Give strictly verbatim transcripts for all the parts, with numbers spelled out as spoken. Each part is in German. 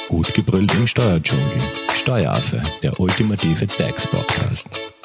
Gut gebrüllt im Steuerdschungel. Steueraffe, der ultimative Tax-Podcast.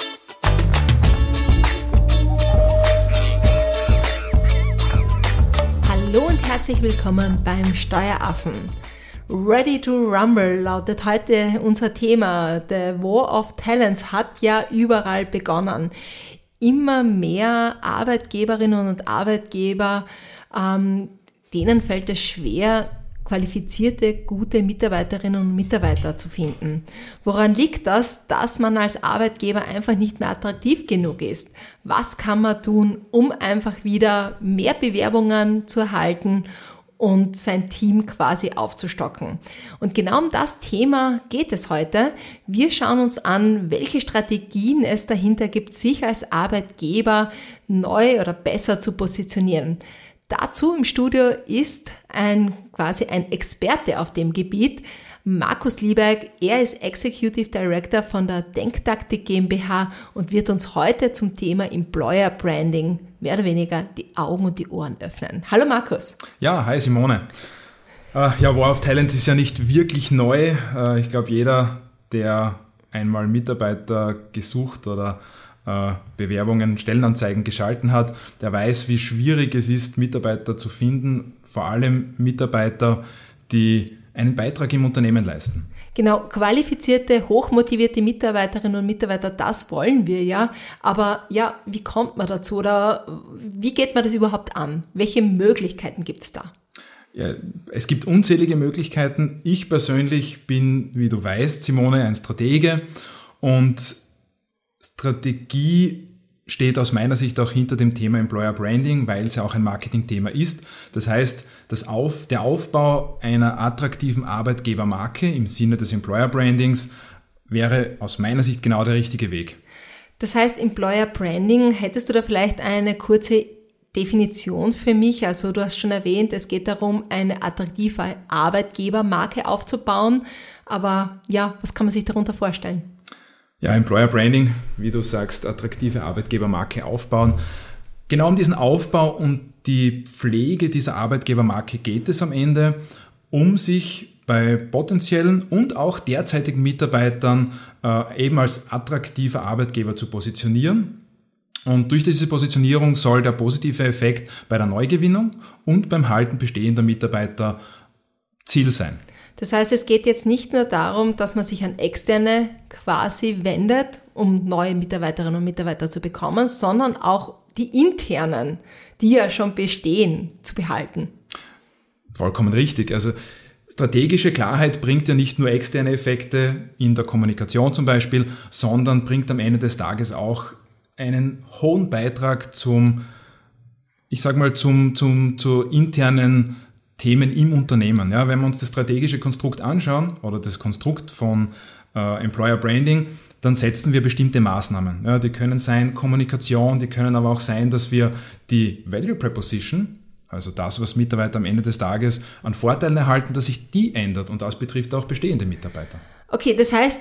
Hallo und herzlich willkommen beim Steueraffen. Ready to Rumble lautet heute unser Thema. The War of Talents hat ja überall begonnen. Immer mehr Arbeitgeberinnen und Arbeitgeber, ähm, denen fällt es schwer, qualifizierte, gute Mitarbeiterinnen und Mitarbeiter zu finden. Woran liegt das, dass man als Arbeitgeber einfach nicht mehr attraktiv genug ist? Was kann man tun, um einfach wieder mehr Bewerbungen zu erhalten und sein Team quasi aufzustocken? Und genau um das Thema geht es heute. Wir schauen uns an, welche Strategien es dahinter gibt, sich als Arbeitgeber neu oder besser zu positionieren. Dazu im Studio ist ein quasi ein Experte auf dem Gebiet, Markus Lieberg. Er ist Executive Director von der Denktaktik GmbH und wird uns heute zum Thema Employer Branding mehr oder weniger die Augen und die Ohren öffnen. Hallo Markus. Ja, hi Simone. Uh, ja, War of Talent ist ja nicht wirklich neu. Uh, ich glaube, jeder, der einmal Mitarbeiter gesucht oder Bewerbungen, Stellenanzeigen geschalten hat, der weiß, wie schwierig es ist, Mitarbeiter zu finden, vor allem Mitarbeiter, die einen Beitrag im Unternehmen leisten. Genau, qualifizierte, hochmotivierte Mitarbeiterinnen und Mitarbeiter, das wollen wir ja, aber ja, wie kommt man dazu oder wie geht man das überhaupt an? Welche Möglichkeiten gibt es da? Ja, es gibt unzählige Möglichkeiten. Ich persönlich bin, wie du weißt, Simone, ein Stratege und Strategie steht aus meiner Sicht auch hinter dem Thema Employer Branding, weil es ja auch ein Marketingthema ist. Das heißt, das Auf, der Aufbau einer attraktiven Arbeitgebermarke im Sinne des Employer Brandings wäre aus meiner Sicht genau der richtige Weg. Das heißt, Employer Branding, hättest du da vielleicht eine kurze Definition für mich? Also du hast schon erwähnt, es geht darum, eine attraktive Arbeitgebermarke aufzubauen. Aber ja, was kann man sich darunter vorstellen? Ja, Employer Branding, wie du sagst, attraktive Arbeitgebermarke aufbauen. Genau um diesen Aufbau und die Pflege dieser Arbeitgebermarke geht es am Ende, um sich bei potenziellen und auch derzeitigen Mitarbeitern äh, eben als attraktiver Arbeitgeber zu positionieren. Und durch diese Positionierung soll der positive Effekt bei der Neugewinnung und beim Halten bestehender Mitarbeiter Ziel sein. Das heißt, es geht jetzt nicht nur darum, dass man sich an Externe quasi wendet, um neue Mitarbeiterinnen und Mitarbeiter zu bekommen, sondern auch die internen, die ja schon bestehen, zu behalten. Vollkommen richtig. Also strategische Klarheit bringt ja nicht nur externe Effekte in der Kommunikation zum Beispiel, sondern bringt am Ende des Tages auch einen hohen Beitrag zum, ich sag mal, zum, zum, zur internen Themen im Unternehmen. Ja, wenn wir uns das strategische Konstrukt anschauen oder das Konstrukt von äh, Employer Branding, dann setzen wir bestimmte Maßnahmen. Ja, die können sein Kommunikation, die können aber auch sein, dass wir die Value Proposition, also das, was Mitarbeiter am Ende des Tages an Vorteilen erhalten, dass sich die ändert und das betrifft auch bestehende Mitarbeiter. Okay, das heißt,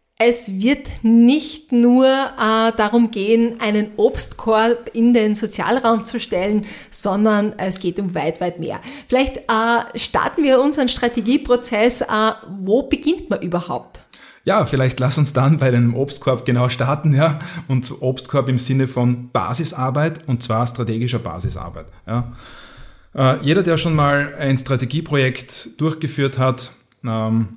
es wird nicht nur äh, darum gehen, einen Obstkorb in den Sozialraum zu stellen, sondern es geht um weit, weit mehr. Vielleicht äh, starten wir unseren Strategieprozess. Äh, wo beginnt man überhaupt? Ja, vielleicht lass uns dann bei dem Obstkorb genau starten, ja. Und Obstkorb im Sinne von Basisarbeit und zwar strategischer Basisarbeit. Ja. Äh, jeder, der schon mal ein Strategieprojekt durchgeführt hat, ähm,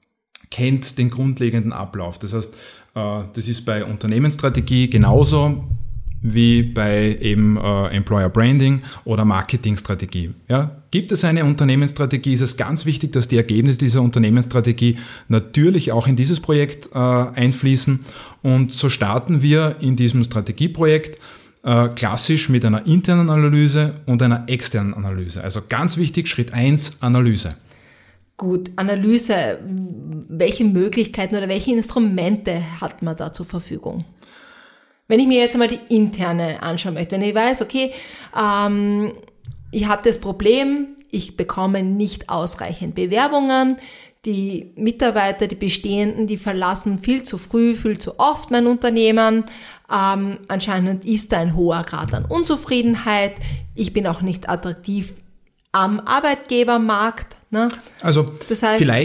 kennt den grundlegenden Ablauf. Das heißt, das ist bei Unternehmensstrategie genauso wie bei eben Employer Branding oder Marketingstrategie. Ja, gibt es eine Unternehmensstrategie, ist es ganz wichtig, dass die Ergebnisse dieser Unternehmensstrategie natürlich auch in dieses Projekt einfließen. Und so starten wir in diesem Strategieprojekt klassisch mit einer internen Analyse und einer externen Analyse. Also ganz wichtig, Schritt eins, Analyse. Gut, Analyse, welche Möglichkeiten oder welche Instrumente hat man da zur Verfügung? Wenn ich mir jetzt einmal die interne anschauen möchte, wenn ich weiß, okay, ähm, ich habe das Problem, ich bekomme nicht ausreichend Bewerbungen, die Mitarbeiter, die Bestehenden, die verlassen viel zu früh, viel zu oft mein Unternehmen, ähm, anscheinend ist da ein hoher Grad an Unzufriedenheit, ich bin auch nicht attraktiv am Arbeitgebermarkt. Ne? Also das heißt, vielleicht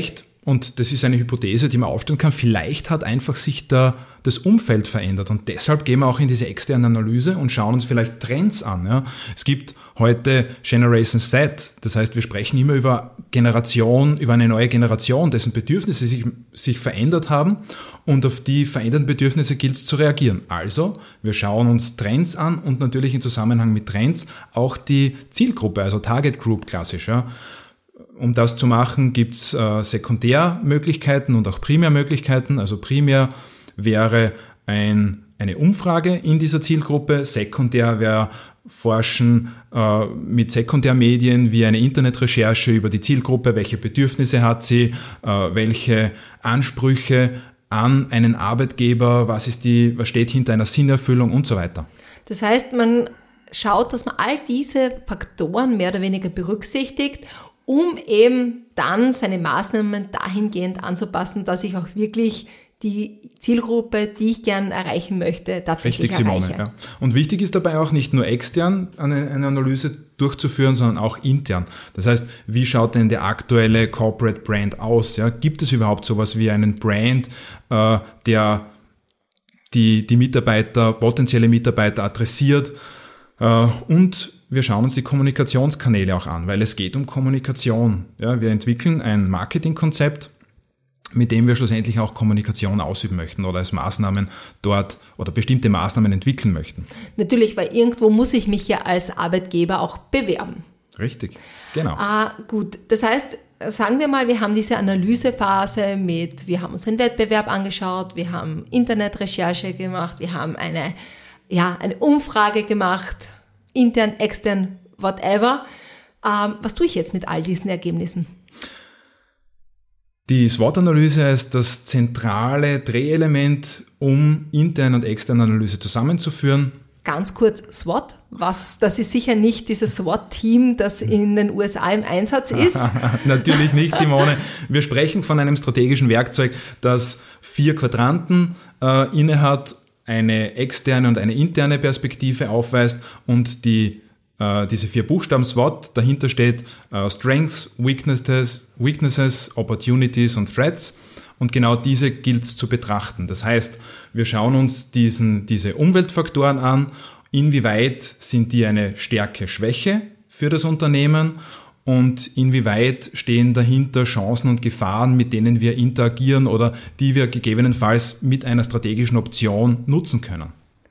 und das ist eine Hypothese, die man aufstellen kann, vielleicht hat einfach sich da das Umfeld verändert und deshalb gehen wir auch in diese externe Analyse und schauen uns vielleicht Trends an. Ja. Es gibt heute Generation Z, das heißt, wir sprechen immer über Generation, über eine neue Generation, dessen Bedürfnisse sich, sich verändert haben und auf die veränderten Bedürfnisse gilt es zu reagieren. Also, wir schauen uns Trends an und natürlich in Zusammenhang mit Trends auch die Zielgruppe, also Target Group klassisch. Ja. Um das zu machen, gibt es äh, Sekundärmöglichkeiten und auch Primärmöglichkeiten. Also primär wäre ein, eine Umfrage in dieser Zielgruppe, sekundär wäre Forschen äh, mit Sekundärmedien wie eine Internetrecherche über die Zielgruppe, welche Bedürfnisse hat sie, äh, welche Ansprüche an einen Arbeitgeber, was ist die, was steht hinter einer Sinnerfüllung und so weiter. Das heißt, man schaut, dass man all diese Faktoren mehr oder weniger berücksichtigt, um eben dann seine Maßnahmen dahingehend anzupassen, dass ich auch wirklich die Zielgruppe, die ich gern erreichen möchte, tatsächlich Richtig, erreiche. Simone, ja. Und wichtig ist dabei auch nicht nur extern eine, eine Analyse durchzuführen, sondern auch intern. Das heißt, wie schaut denn der aktuelle Corporate Brand aus? Ja? Gibt es überhaupt sowas wie einen Brand, äh, der die, die Mitarbeiter, potenzielle Mitarbeiter adressiert? Äh, und wir schauen uns die Kommunikationskanäle auch an, weil es geht um Kommunikation. Ja? Wir entwickeln ein Marketingkonzept, mit dem wir schlussendlich auch Kommunikation ausüben möchten oder als Maßnahmen dort oder bestimmte Maßnahmen entwickeln möchten. Natürlich, weil irgendwo muss ich mich ja als Arbeitgeber auch bewerben. Richtig, genau. Ah, gut, das heißt, sagen wir mal, wir haben diese Analysephase mit, wir haben uns den Wettbewerb angeschaut, wir haben Internetrecherche gemacht, wir haben eine, ja, eine Umfrage gemacht, intern, extern, whatever. Ähm, was tue ich jetzt mit all diesen Ergebnissen? Die SWOT-Analyse ist das zentrale Drehelement, um interne und externe Analyse zusammenzuführen. Ganz kurz, SWOT, was, das ist sicher nicht dieses SWOT-Team, das in den U S A im Einsatz ist. Natürlich nicht, Simone. Wir sprechen von einem strategischen Werkzeug, das vier Quadranten äh, innehat, eine externe und eine interne Perspektive aufweist und die diese vier Buchstaben SWOT, dahinter steht uh, Strengths, Weaknesses, Weaknesses, Opportunities und Threats und genau diese gilt es zu betrachten. Das heißt, wir schauen uns diesen, diese Umweltfaktoren an, inwieweit sind die eine Stärke, Schwäche für das Unternehmen und inwieweit stehen dahinter Chancen und Gefahren, mit denen wir interagieren oder die wir gegebenenfalls mit einer strategischen Option nutzen können.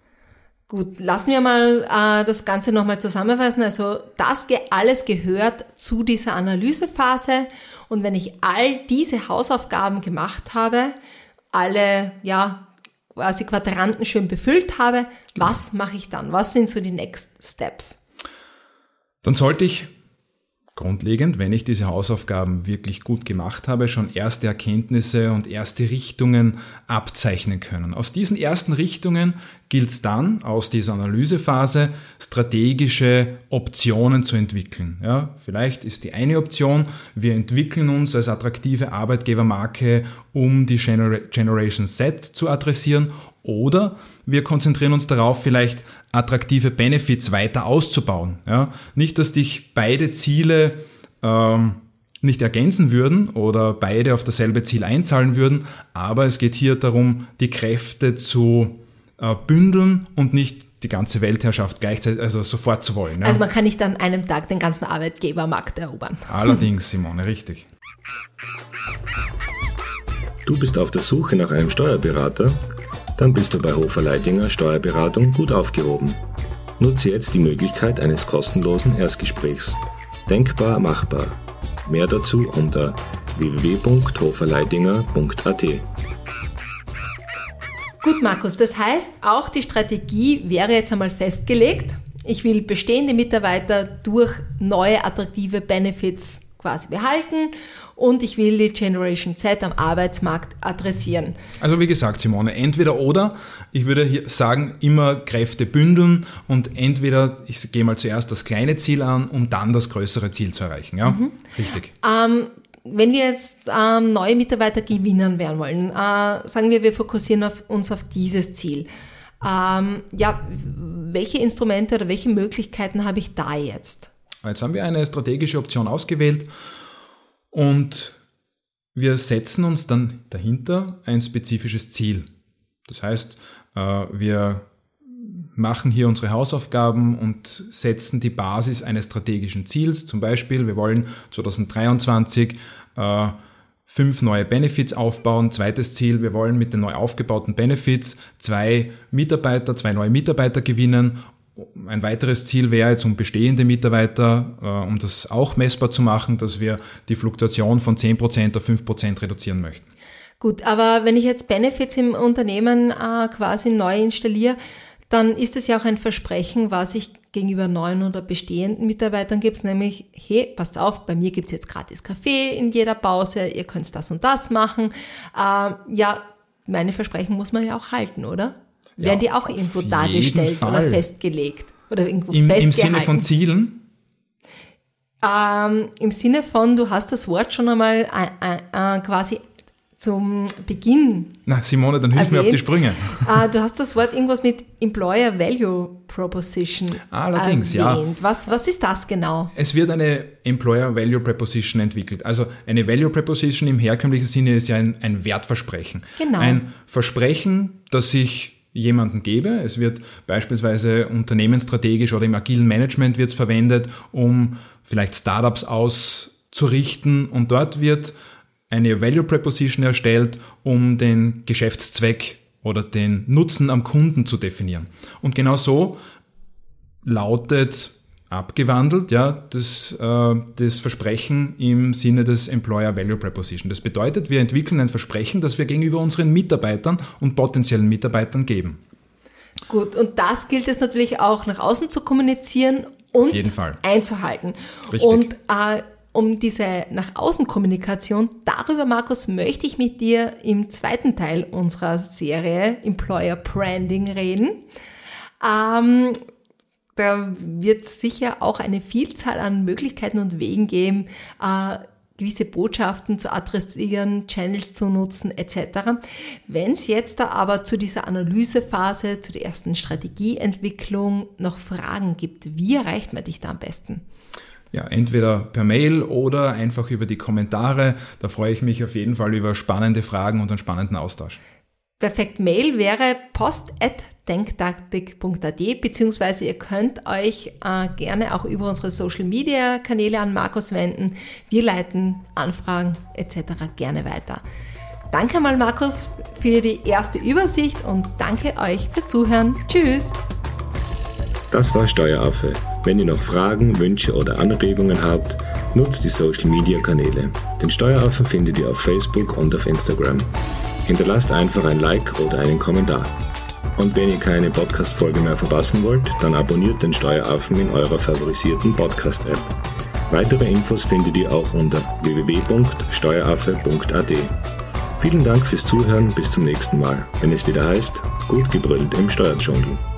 Gut, lassen wir mal äh, das Ganze nochmal zusammenfassen. Also das ge- alles gehört zu dieser Analysephase und wenn ich all diese Hausaufgaben gemacht habe, alle ja quasi Quadranten schön befüllt habe, was mache ich dann? Was sind so die Next Steps? Dann sollte ich grundlegend, wenn ich diese Hausaufgaben wirklich gut gemacht habe, schon erste Erkenntnisse und erste Richtungen abzeichnen können. Aus diesen ersten Richtungen gilt es dann, aus dieser Analysephase strategische Optionen zu entwickeln. Ja, vielleicht ist die eine Option, wir entwickeln uns als attraktive Arbeitgebermarke, um die Gener- Generation Z zu adressieren, oder wir konzentrieren uns darauf, vielleicht attraktive Benefits weiter auszubauen. Ja? Nicht, dass dich beide Ziele ähm, nicht ergänzen würden oder beide auf dasselbe Ziel einzahlen würden, aber es geht hier darum, die Kräfte zu äh, bündeln und nicht die ganze Weltherrschaft gleichzeitig, also sofort zu wollen. Ja? Also man kann nicht an einem Tag den ganzen Arbeitgebermarkt erobern. Allerdings, Simone, richtig. Du bist auf der Suche nach einem Steuerberater? Dann bist du bei Hofer Leidinger Steuerberatung gut aufgehoben. Nutze jetzt die Möglichkeit eines kostenlosen Erstgesprächs. Denkbar machbar. Mehr dazu unter w w w punkt hoferleidinger punkt a t. Gut, Markus, das heißt, auch die Strategie wäre jetzt einmal festgelegt. Ich will bestehende Mitarbeiter durch neue attraktive Benefits quasi behalten und ich will die Generation Z am Arbeitsmarkt adressieren. Also wie gesagt, Simone, entweder oder. Ich würde hier sagen, immer Kräfte bündeln und entweder, ich gehe mal zuerst das kleine Ziel an, um dann das größere Ziel zu erreichen. Ja, mhm. Richtig. Ähm, wenn wir jetzt ähm, neue Mitarbeiter gewinnen werden wollen, äh, sagen wir, wir fokussieren auf, uns auf dieses Ziel. Ähm, ja, welche Instrumente oder welche Möglichkeiten habe ich da jetzt? Jetzt haben wir eine strategische Option ausgewählt und wir setzen uns dann dahinter ein spezifisches Ziel. Das heißt, wir machen hier unsere Hausaufgaben und setzen die Basis eines strategischen Ziels. Zum Beispiel, wir wollen zwanzig dreiundzwanzig äh, fünf neue Benefits aufbauen. Zweites Ziel, wir wollen mit den neu aufgebauten Benefits zwei Mitarbeiter, zwei neue Mitarbeiter gewinnen. Ein weiteres Ziel wäre jetzt, um bestehende Mitarbeiter, äh, um das auch messbar zu machen, dass wir die Fluktuation von zehn Prozent auf fünf Prozent reduzieren möchten. Gut, aber wenn ich jetzt Benefits im Unternehmen äh, quasi neu installiere, dann ist es ja auch ein Versprechen, was ich gegenüber neuen oder bestehenden Mitarbeitern gibt, nämlich, hey, passt auf, bei mir gibt's jetzt gratis Kaffee in jeder Pause, ihr könnt das und das machen. Äh, ja, meine Versprechen muss man ja auch halten, oder? Ja, werden die auch irgendwo dargestellt oder festgelegt? Oder irgendwo Im, festgehalten? Im Sinne von Zielen? Ähm, Im Sinne von, du hast das Wort schon einmal äh, äh, quasi zum Beginn. Na, Simone, dann hilf erwähnt. mir auf die Sprünge. Äh, du hast das Wort irgendwas mit Employer Value Proposition Allerdings, erwähnt. ja. Was, was ist das genau? Es wird eine Employer Value Proposition entwickelt. Also eine Value Proposition im herkömmlichen Sinne ist ja ein, ein Wertversprechen. Genau. Ein Versprechen, das ich jemanden gebe. Es wird beispielsweise unternehmensstrategisch oder im agilen Management wird es verwendet, um vielleicht Startups auszurichten, und dort wird eine Value Proposition erstellt, um den Geschäftszweck oder den Nutzen am Kunden zu definieren. Und genau so lautet abgewandelt ja das, äh, das Versprechen im Sinne des Employer Value Proposition. Das bedeutet, wir entwickeln ein Versprechen, das wir gegenüber unseren Mitarbeitern und potenziellen Mitarbeitern geben. Gut, und das gilt es natürlich auch nach außen zu kommunizieren und Auf jeden Fall. einzuhalten. Richtig. Und äh, um diese Nach-Außen-Kommunikation, darüber, Markus, möchte ich mit dir im zweiten Teil unserer Serie Employer Branding reden. Ähm, da wird sicher auch eine Vielzahl an Möglichkeiten und Wegen geben, äh, gewisse Botschaften zu adressieren, Channels zu nutzen et cetera. Wenn es jetzt da aber zu dieser Analysephase, zu der ersten Strategieentwicklung noch Fragen gibt, wie erreicht man dich da am besten? Ja, entweder per Mail oder einfach über die Kommentare. Da freue ich mich auf jeden Fall über spannende Fragen und einen spannenden Austausch. Perfekt. Mail wäre post at denktaktik punkt a t, beziehungsweise ihr könnt euch äh, gerne auch über unsere Social-Media-Kanäle an Markus wenden. Wir leiten Anfragen et cetera gerne weiter. Danke mal, Markus, für die erste Übersicht und danke euch fürs Zuhören. Tschüss! Das war Steueraffe. Wenn ihr noch Fragen, Wünsche oder Anregungen habt, nutzt die Social-Media-Kanäle. Den Steueraffen findet ihr auf Facebook und auf Instagram. Hinterlasst einfach ein Like oder einen Kommentar. Und wenn ihr keine Podcast-Folge mehr verpassen wollt, dann abonniert den Steueraffen in eurer favorisierten Podcast-App. Weitere Infos findet ihr auch unter w w w punkt steueraffe punkt a t. Vielen Dank fürs Zuhören, bis zum nächsten Mal, wenn es wieder heißt, gut gebrüllt im Steuerdschungel.